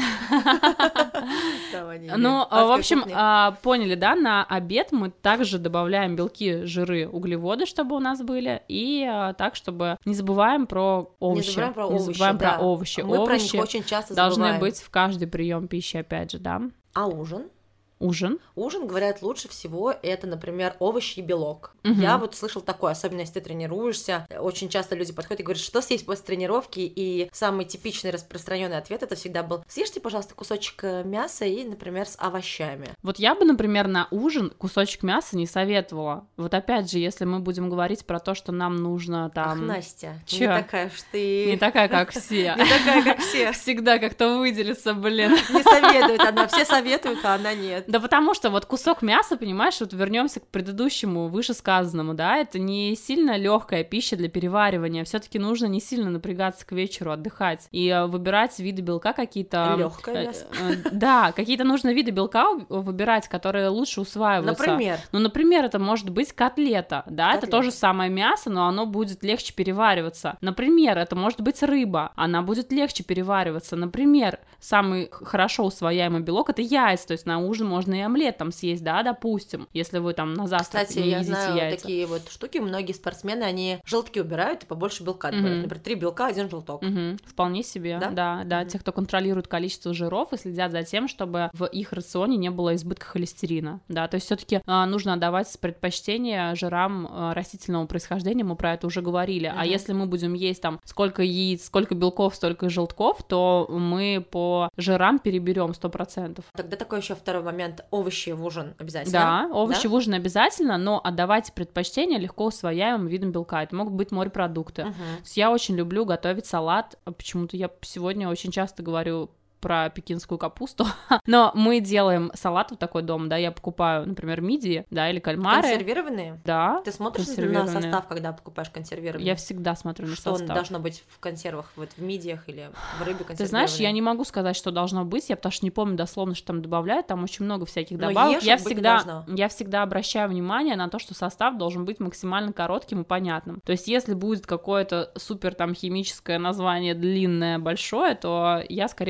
Ну, в общем, поняли, да, на обед мы также добавляем белки, жиры, углеводы, чтобы у нас были, и так, чтобы не забываем про овощи. Не забываем про овощи. Мы про них очень часто должны быть в каждый прием пищи, опять же, да. А ужин? Ужин, говорят, лучше всего это, например, овощи и белок. Я вот слышал такое, особенно если ты тренируешься. Очень часто люди подходят и говорят, что съесть после тренировки, и самый типичный распространенный ответ это всегда был: съешьте, пожалуйста, кусочек мяса и, например, с овощами. Вот я бы, например, на ужин кусочек мяса не советовала. Вот опять же, если мы будем говорить про то, что нам нужно там... Ах, Настя, не такая уж ты... Не такая, как все. Не такая, как все. Всегда как-то выделиться, блин. Не советует она, все советуют, а она нет. Да потому что вот кусок мяса, понимаешь, вот вернемся к предыдущему вышесказанному, да, это не сильно легкая пища для переваривания, все-таки нужно не сильно напрягаться к вечеру, отдыхать и выбирать виды белка какие-то. Легкое мясо. Да, какие-то нужно виды белка выбирать, которые лучше усваиваются. Например? Ну, например, это может быть котлета, да, это то же самое мясо, но оно будет легче перевариваться. Например, это может быть рыба, она будет легче перевариваться. Например, самый хорошо усвояемый белок — это яйца, то есть на ужин можно и омлет там съесть, да, допустим, если вы там на завтрак Кстати, не я едите знаю яйца. такие вот штуки, многие спортсмены, они желтки убирают и побольше белка добавляют. Например, 3 белка, 1 желток. Вполне себе, да. Те, кто контролирует количество жиров и следят за тем, чтобы в их рационе не было избытка холестерина, да, то есть все-таки нужно отдавать предпочтение жирам растительного происхождения, мы про это уже говорили, а если мы будем есть там сколько яиц, сколько белков, столько желтков, то мы по жирам переберем 100%. Тогда такой еще второй момент: овощи в ужин обязательно. Да, овощи в ужин обязательно, но отдавайте предпочтение легко усвояемым видам белка. Это могут быть морепродукты. То есть я очень люблю готовить салат. Почему-то я сегодня очень часто говорю про пекинскую капусту, но мы делаем салат вот такой дома, да, я покупаю, например, мидии, да, или кальмары. Консервированные? Да. Ты смотришь на состав, когда покупаешь консервированные? Я всегда смотрю на состав. Что должно быть в консервах, вот в мидиях или в рыбе консервированной? Ты знаешь, я не могу сказать, что должно быть, я потому что не помню дословно, что там добавляют, там очень много всяких добавок. Я всегда обращаю внимание на то, что состав должен быть максимально коротким и понятным. То есть, если будет какое-то супер там химическое название длинное, большое, то я, скорее всего, их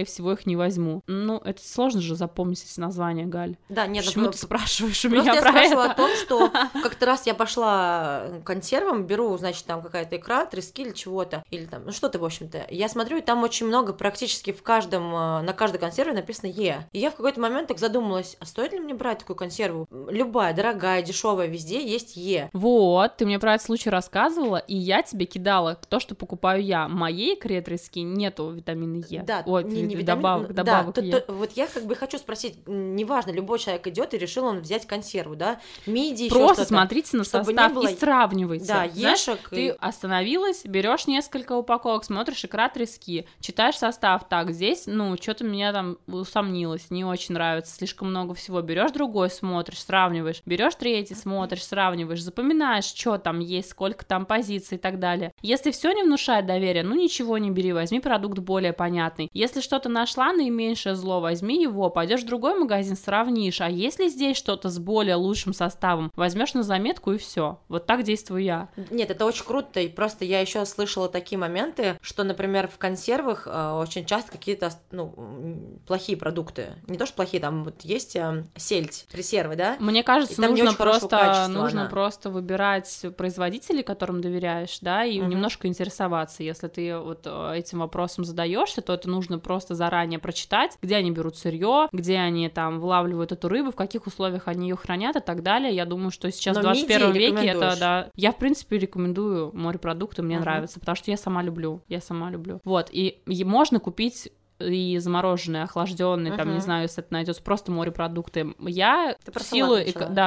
их не возьму. Ну, это сложно же запомнить эти названия, Галь. Да, нет, почему ты спрашиваешь у просто меня я про спрашивала это? о том, что как-то раз я пошла к консервам, беру, значит, там какая-то икра, трески или чего-то, или там, ну что-то, в общем-то. Я смотрю, и там очень много, практически на каждой консерве написано «Е». И я в какой-то момент так задумалась, а стоит ли мне брать такую консерву? Любая, дорогая, дешевая, везде есть «Е». Вот, ты мне про этот случай рассказывала, и я тебе кидала то, что покупаю я. В моей икре трески нету витамина Е. Да, не добавок Е. Вот я как бы хочу спросить, неважно, любой человек идет и решил он взять консерву, да, мидии, еще Просто что-то, смотрите на состав и сравнивайте. Да, ешек. Ты остановилась, берешь несколько упаковок, смотришь икра трески, читаешь состав, так, здесь, ну, что-то меня там усомнилось, не очень нравится, слишком много всего. Берешь другой, смотришь, сравниваешь, берешь третий, смотришь, сравниваешь, запоминаешь, что там есть, сколько там позиций и так далее. Если все не внушает доверия, ну ничего не бери, возьми продукт более понятный. Если что-то нашла, наименьшее зло, возьми его, пойдешь в другой магазин, сравнишь, а если здесь что-то с более лучшим составом, возьмешь на заметку и все. Вот так действую я. Нет, это очень круто, и просто я еще слышала такие моменты, что, например, в консервах очень часто какие-то, ну, плохие продукты. Не то, что плохие, там вот есть сельдь, консервы, да? Мне кажется, нужно просто выбирать производителей, которым доверяешь, да, и немножко интересоваться. Если ты вот этим вопросом задаешься, то это нужно просто заранее прочитать, где они берут сырье, где они там вылавливают эту рыбу, в каких условиях они ее хранят и так далее. Я думаю, что сейчас в 21 веке это, да, я, в принципе, рекомендую морепродукты, мне нравится, потому что я сама люблю. Вот, и можно купить и замороженные, охлажденные, там, не знаю, если это найдется, просто морепродукты. Я в силу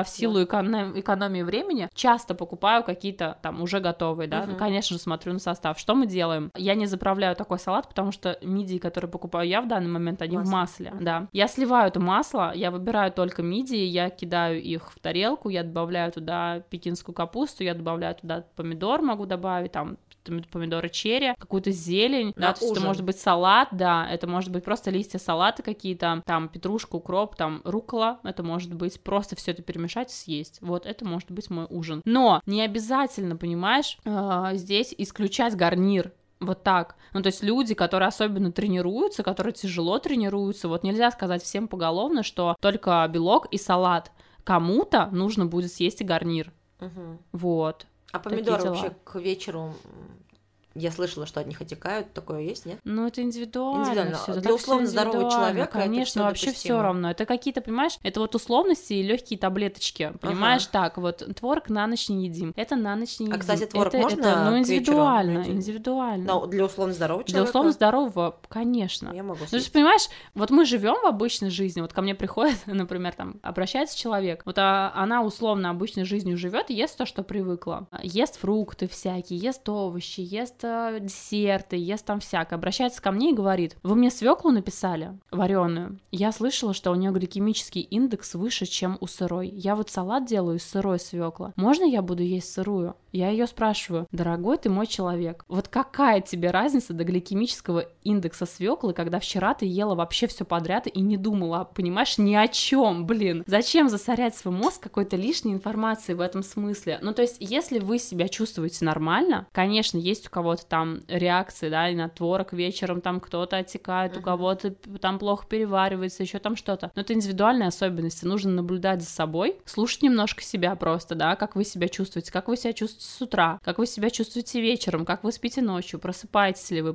экономии времени часто покупаю какие-то там уже готовые, да, конечно же, смотрю на состав. Что мы делаем? Я не заправляю такой салат, потому что мидии, которые покупаю я в данный момент, они в масле, да. Я сливаю это масло, я выбираю только мидии, я кидаю их в тарелку, я добавляю туда пекинскую капусту, я добавляю туда помидор, могу добавить, там, помидоры черри, какую-то зелень, да, то есть это может быть салат, да, это может быть просто листья салата какие-то, там, петрушка, укроп, там, руккола, это может быть просто все это перемешать и съесть, вот, это может быть мой ужин. Но не обязательно, понимаешь, здесь исключать гарнир, вот так. Ну, то есть люди, которые особенно тренируются, которые тяжело тренируются, вот нельзя сказать всем поголовно, что только белок и салат. Кому-то нужно будет съесть и гарнир. Вот. А помидоры вообще к вечеру, я слышала, что от них отекают, такое есть, нет? Ну, это индивидуально. Всё, для условно здорового человека, конечно, вообще все равно. Это какие-то, понимаешь, это вот условности и легкие таблеточки, понимаешь, так, вот творог на ночь не едим, это на ночь не едим. А, кстати, творог можно ну, к вечеру? Индивидуально. Но для условно здорового человека? Для условно здорового, конечно. Я могу съесть. Ну, ты понимаешь, вот мы живем в обычной жизни, вот ко мне приходит, например, там, обращается человек, вот она условно обычной жизнью живет и ест то, что привыкла. Ест фрукты всякие, ест овощи, ест десерты, ест там всякое. Обращается ко мне и говорит: вы мне свеклу написали, вареную. Я слышала, что у нее гликемический индекс выше, чем у сырой. Я вот салат делаю из сырой свеклы. Можно я буду есть сырую? Я ее спрашиваю: дорогой ты мой человек, вот какая тебе разница до гликемического индекса свеклы, когда вчера ты ела вообще все подряд и не думала, понимаешь, ни о чем, блин. Зачем засорять свой мозг какой-то лишней информацией в этом смысле? Ну, то есть, если вы себя чувствуете нормально, конечно, есть у кого-то там реакции, да, и на творог вечером там кто-то отекает, у кого-то там плохо переваривается, еще там что-то. Но это индивидуальные особенности, нужно наблюдать за собой, слушать немножко себя просто, да, как вы себя чувствуете, как вы себя чувствуете с утра, как вы себя чувствуете вечером, как вы спите ночью, просыпаетесь ли вы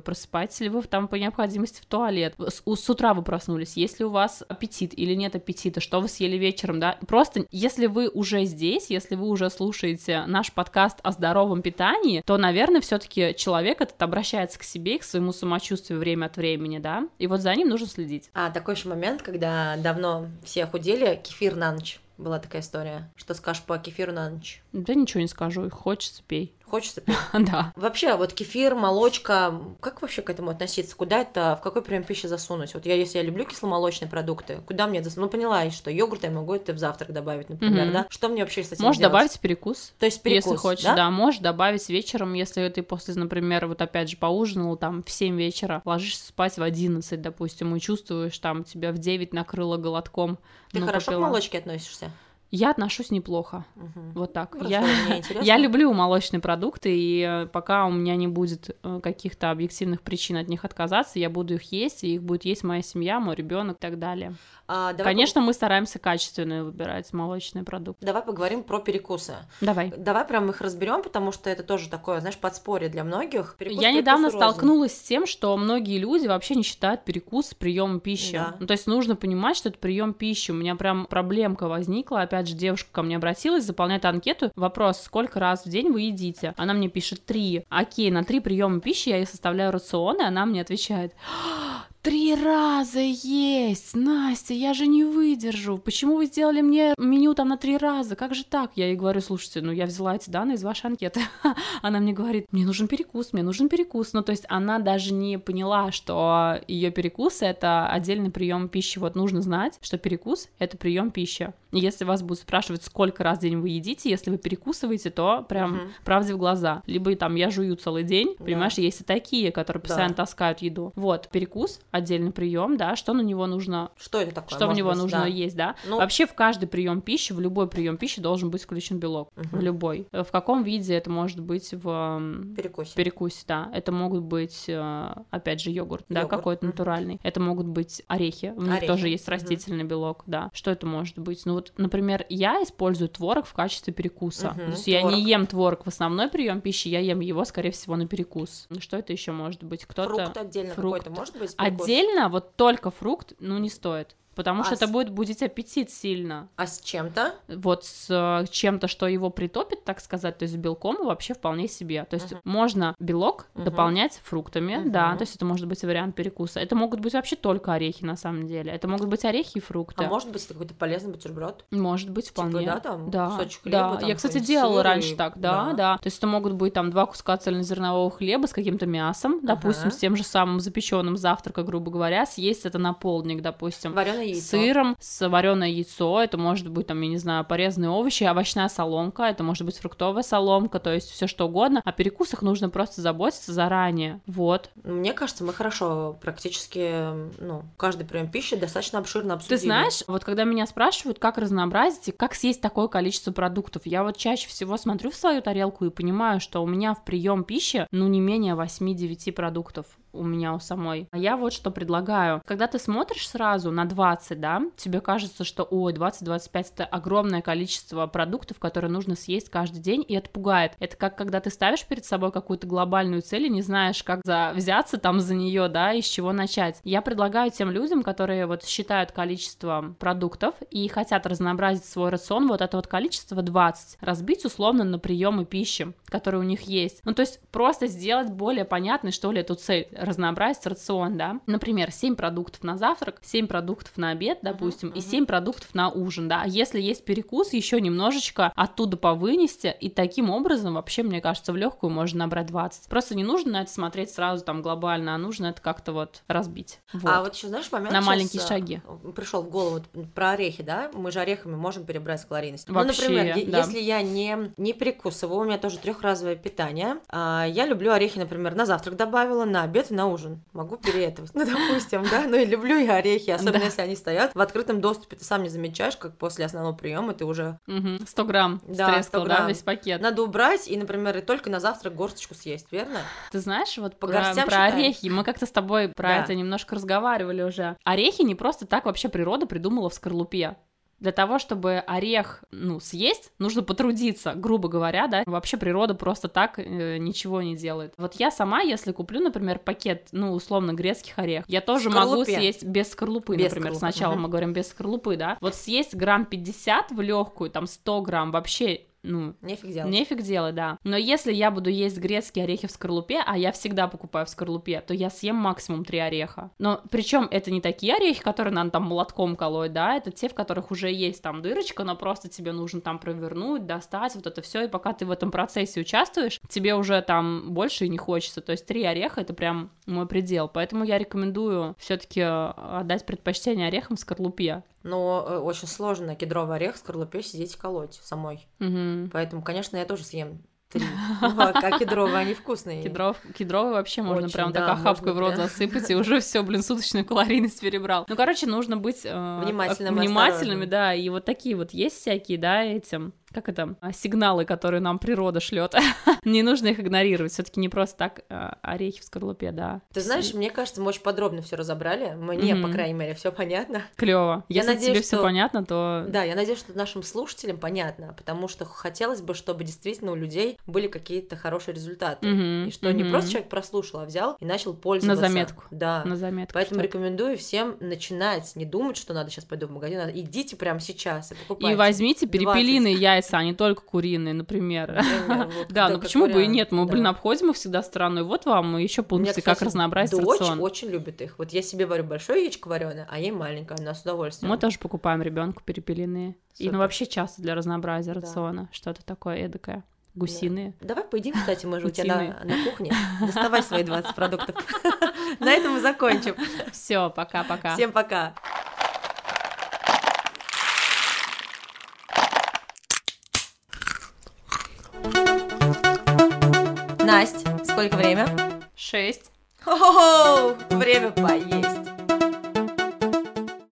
там по необходимости в туалет, с утра вы проснулись, есть ли у вас аппетит или нет аппетита, что вы съели вечером, да, просто если вы уже здесь, если вы уже слушаете наш подкаст о здоровом питании, то, наверное, все-таки человек этот обращается к себе, к своему самочувствию время от времени, да, и вот за ним нужно следить. А такой еще момент, когда давно все худели, кефир на ночь. Была такая история. Что скажешь по кефиру на ночь? Да ничего не скажу, хочется пей. Хочется пить? Да. Вообще, вот кефир, молочка, как вообще к этому относиться? Куда это, в какой прием пищи засунуть? Вот если я люблю кисломолочные продукты, куда мне это засунуть? Ну, поняла, что йогурт я могу это в завтрак добавить, например, да? Что мне вообще с этим можешь делать? Добавить перекус. То есть перекус, если хочешь, да? Можешь добавить вечером, если ты после, например, вот опять же поужинал там в 7 вечера, ложишься спать в 11, допустим, и чувствуешь там, тебя в 9 накрыло голодком. Ты хорошо к молочке относишься? Я отношусь неплохо. Вот так. Просто Я люблю молочные продукты, и пока у меня не будет каких-то объективных причин от них отказаться, я буду их есть, и их будет есть моя семья, мой ребенок и так далее. Конечно, мы стараемся качественно выбирать молочные продукты. Давай поговорим про перекусы. Давай прям их разберем, потому что это тоже такое, знаешь, подспорье для многих. Я недавно столкнулась с тем, что многие люди вообще не считают перекус приемом пищи. Да. Ну, то есть нужно понимать, что это прием пищи. У меня прям проблемка возникла. Опять же, девушка ко мне обратилась, заполняет анкету. Вопрос: сколько раз в день вы едите? Она мне пишет 3. Окей, на 3 приема пищи я ей составляю рацион, и она мне отвечает: 3 раза есть, Настя, я же не выдержу. Почему вы сделали мне меню там на 3 раза? Как же так? Я ей говорю: слушайте, я взяла эти данные из вашей анкеты. Она мне говорит: мне нужен перекус. Ну, то есть она даже не поняла, что ее перекус — это отдельный прием пищи. Вот нужно знать, что перекус — это прием пищи. И если вас будут спрашивать, сколько раз в день вы едите, если вы перекусываете, то прям правде в глаза. Либо там я жую целый день, понимаешь, есть и такие, которые постоянно таскают еду. Вот, перекус — отдельный прием, да, что на него нужно... Что это такое? Что в него нужно есть, да. Вообще в каждый прием пищи, в любой прием пищи должен быть включен белок. В любой. В каком виде это может быть? В перекусе, да. Это могут быть, опять же, йогурт, да, какой-то натуральный. Это могут быть орехи. В них тоже есть растительный белок, да. Что это может быть? Ну вот, например, я использую творог в качестве перекуса. То есть я не ем творог в основной прием пищи, я ем его, скорее всего, на перекус. Что это еще может быть? Фрукт отдельно какой-то может быть? Отдельно, вот только фрукт, не стоит. Потому что это будет будить аппетит сильно. А с чем-то? Вот с чем-то, что его притопит, так сказать, то есть с белком вообще вполне себе. То есть можно белок дополнять фруктами, да, то есть это может быть вариант перекуса. Это могут быть вообще только орехи на самом деле. Это могут быть орехи и фрукты. А может быть это какой-то полезный бутерброд? Может быть, вполне. Типа, кусочек хлеба, да. Там, я, кстати, делала раньше и... так, да. То есть это могут быть там 2 куска цельнозернового хлеба с каким-то мясом, допустим, с тем же самым запеченным завтраком, грубо говоря, съесть это на полдник, допустим. Вареное яйцо. С сыром, с вареное яйцо, это может быть там, я не знаю, порезанные овощи, овощная соломка, это может быть фруктовая соломка, то есть все что угодно. О перекусах нужно просто заботиться заранее. Вот. Мне кажется, мы хорошо практически, каждый прием пищи достаточно обширно обсудили. Ты знаешь, вот когда меня спрашивают, как разнообразить и как съесть такое количество продуктов, я вот чаще всего смотрю в свою тарелку и понимаю, что у меня в прием пищи, не менее 8-9 продуктов. У меня у самой. А я вот что предлагаю. Когда ты смотришь сразу на 20, да, тебе кажется, что 20-25 это огромное количество продуктов, которые нужно съесть каждый день, и это пугает. Это как когда ты ставишь перед собой какую-то глобальную цель и не знаешь, как взяться там за нее, да, и с чего начать. Я предлагаю тем людям, которые вот считают количество продуктов и хотят разнообразить свой рацион, вот это вот количество 20, разбить условно на приемы пищи, которые у них есть. То есть просто сделать более понятной, что ли, эту цель. Разнообразить рацион, да. Например, 7 продуктов на завтрак, 7 продуктов на обед, допустим, и 7 продуктов на ужин, да. А если есть перекус, еще немножечко оттуда повынести, и таким образом вообще, мне кажется, в легкую можно набрать 20. Просто не нужно на это смотреть сразу там глобально, а нужно это как-то вот разбить. Вот. А вот еще, знаешь, момент на маленькие шаги. Пришел в голову про орехи, да. Мы же орехами можем перебрать калорийность. Вообще, например, да. если я не перекусываю, у меня тоже 3-разовое питание. Я люблю орехи, например, на завтрак добавила, на обед и на ужин. Могу переэтовать. Допустим, да. И люблю я орехи, особенно если они стоят в открытом доступе. Ты сам не замечаешь, как после основного приема ты уже... 100 грамм стрескал, 100 грамм. Весь пакет. Надо убрать и, например, и только на завтрак горсточку съесть, верно? Ты знаешь, вот По про орехи, мы как-то с тобой про это немножко разговаривали уже. Орехи не просто так вообще природа придумала в скорлупе. Для того, чтобы орех, съесть, нужно потрудиться, грубо говоря, да, вообще природа просто так ничего не делает. Вот я сама, если куплю, например, пакет, условно, грецких орехов, я тоже могу съесть без скорлупы, например, сначала мы говорим без скорлупы, да, вот съесть грамм 50 в легкую, там 100 грамм, вообще... нефиг делать, да. Но если я буду есть грецкие орехи в скорлупе, а я всегда покупаю в скорлупе, то я съем максимум 3 ореха. Но причем это не такие орехи, которые надо там молотком колоть, да, это те, в которых уже есть там дырочка, но просто тебе нужно там провернуть, достать, вот это все, и пока ты в этом процессе участвуешь, тебе уже там больше и не хочется. То есть 3 ореха — это прям мой предел. Поэтому я рекомендую все-таки отдать предпочтение орехам в скорлупе. Но очень сложно кедровый орех в скорлупе сидеть и колоть самой. Угу. Поэтому, конечно, я тоже съем 3. Как кедровые, они вкусные. Кедровые вообще можно Очень, прям да, так охапкой в рот прям. засыпать, и уже все, суточную калорийность перебрал. Ну, короче, нужно быть внимательными, да, и вот такие вот есть всякие, да, как это, сигналы, которые нам природа шлет. Не нужно их игнорировать, все-таки не просто так орехи в скорлупе, да. Ты знаешь, мне кажется, мы очень подробно все разобрали. Мне, по крайней мере, все понятно. Клево. Если тебе все понятно, то... Да, я надеюсь, что нашим слушателям понятно, потому что хотелось бы, чтобы действительно у людей были какие-то хорошие результаты. И что не просто человек прослушал, а взял и начал пользоваться. На заметку. Да. На заметку. Поэтому рекомендую всем начинать, не думать, что надо сейчас пойду в магазин, идите прямо сейчас и покупайте. И возьмите перепелиные яйца, а не только куриные, например. Вот, да, ну почему бы и нет? Мы, обходим их всегда стороной. Вот вам еще пункты, как разнообразить рацион. Дочь очень любит их. Вот я себе варю большое яичко вареное, а ей маленькое, она с удовольствием. Мы тоже покупаем ребенку перепелиные. И вообще часто для разнообразия рациона. Что-то такое эдакое. Гусиные. Да. Давай поедим, кстати, мы же у тебя на кухне. Доставай свои 20 продуктов. На этом мы закончим. Все, пока-пока. Всем пока. Настя, сколько время? 6. Хо-хо-хо! Время поесть.